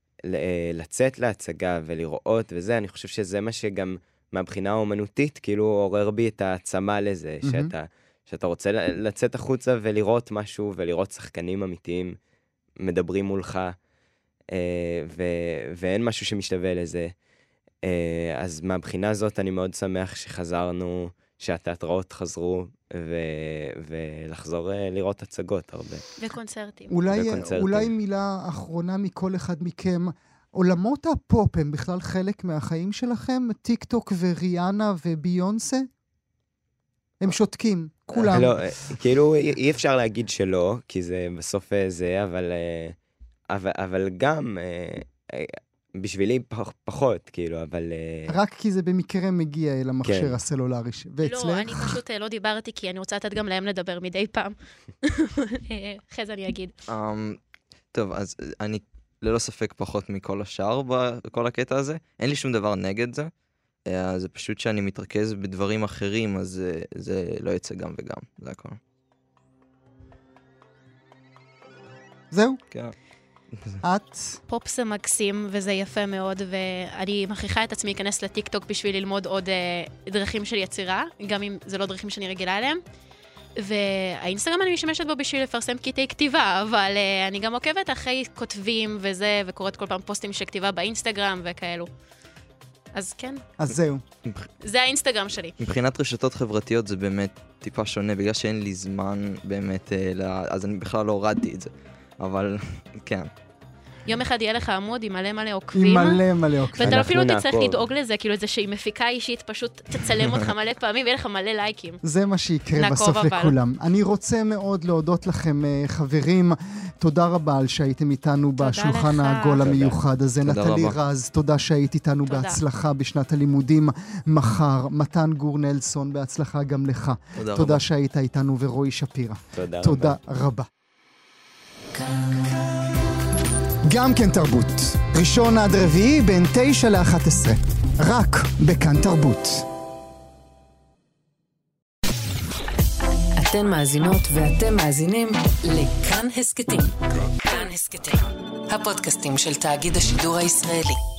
לצאת להצגה ולראות וזה, אני חושב שזה מה שגם מהבחינה האומנותית, כאילו עורר בי את העצמה לזה, שאתה רוצה לצאת החוצה ולראות משהו, ולראות שחקנים אמיתיים מדברים מולך, ואין משהו שמשתווה לזה. אז מהבחינה הזאת אני מאוד שמח שחזרנו, שהתיאטראות חזרו, ולחזור לראות הצגות הרבה. וקונצרטים. אולי מילה אחרונה מכל אחד מכם, עולמות הפופ הם בכלל חלק מהחיים שלכם? טיק טוק וריאנה וביונסה? הם שותקים, כולם. לא, כאילו אי אפשר להגיד שלא, כי זה בסוף זה, אבל גם בשבילי פחות, כאילו, אבל... רק כי זה במקרה מגיע אל המכשיר כן. הסלולרי. ואצלך? לא, אני פשוט לא דיברתי, כי אני רוצה לתת גם להם לדבר מדי פעם. אחרי זה אני אגיד. טוב, אז אני ללא ספק פחות מכל השאר בכל הקטע הזה. אין לי שום דבר נגד זה. זה פשוט שאני מתרכז בדברים אחרים, אז זה לא יצא גם וגם. זה הכל. זהו? כן. את? פופ זה מקסים, וזה יפה מאוד, ואני מכריחה את עצמי להיכנס לטיק-טוק בשביל ללמוד עוד דרכים של יצירה, גם אם זה לא דרכים שאני רגילה אליהם. והאינסטגרם אני משמשת בו בשביל לפרסם קטעי כתיבה, אבל אני גם עוקבת אחרי כותבים וזה, וקוראת כל פעם פוסטים של כתיבה באינסטגרם וכאלו. אז כן. אז זהו. זה האינסטגרם שלי. מבחינת רשתות חברתיות זה באמת טיפה שונה, בגלל שאין לי זמן באמת, אז אני בכלל לא הורדתי את זה. אבל כן. יום אחד יהיה לך עמוד עם מלא עוקבים. עם מלא עוקבים. ואתה אפילו תצטרך לדאוג לזה, כאילו זה שהיא מפיקה אישית, פשוט תצלם אותך מלא פעמים, ויהיה לך מלא לייקים. זה מה שיקרה בסוף לכולם. אני רוצה מאוד להודות לכם, חברים. תודה רבה על שהייתם איתנו בשולחן העגול המיוחד הזה. נטלי רז, תודה שהיית איתנו בהצלחה בשנת הלימודים מחר. מתן גור נלסון, בהצלחה גם לך. תודה שהיית איתנו, ורועי שפירא. תודה רבה. גם כן תרבות, ראשון עד רביעי בין 9 ל-11, רק בכאן תרבות. אתן מאזינות ואתם מאזינים לכאן הסקטים. כאן הסקטים, הפודקאסטים של תאגיד השידור הישראלי.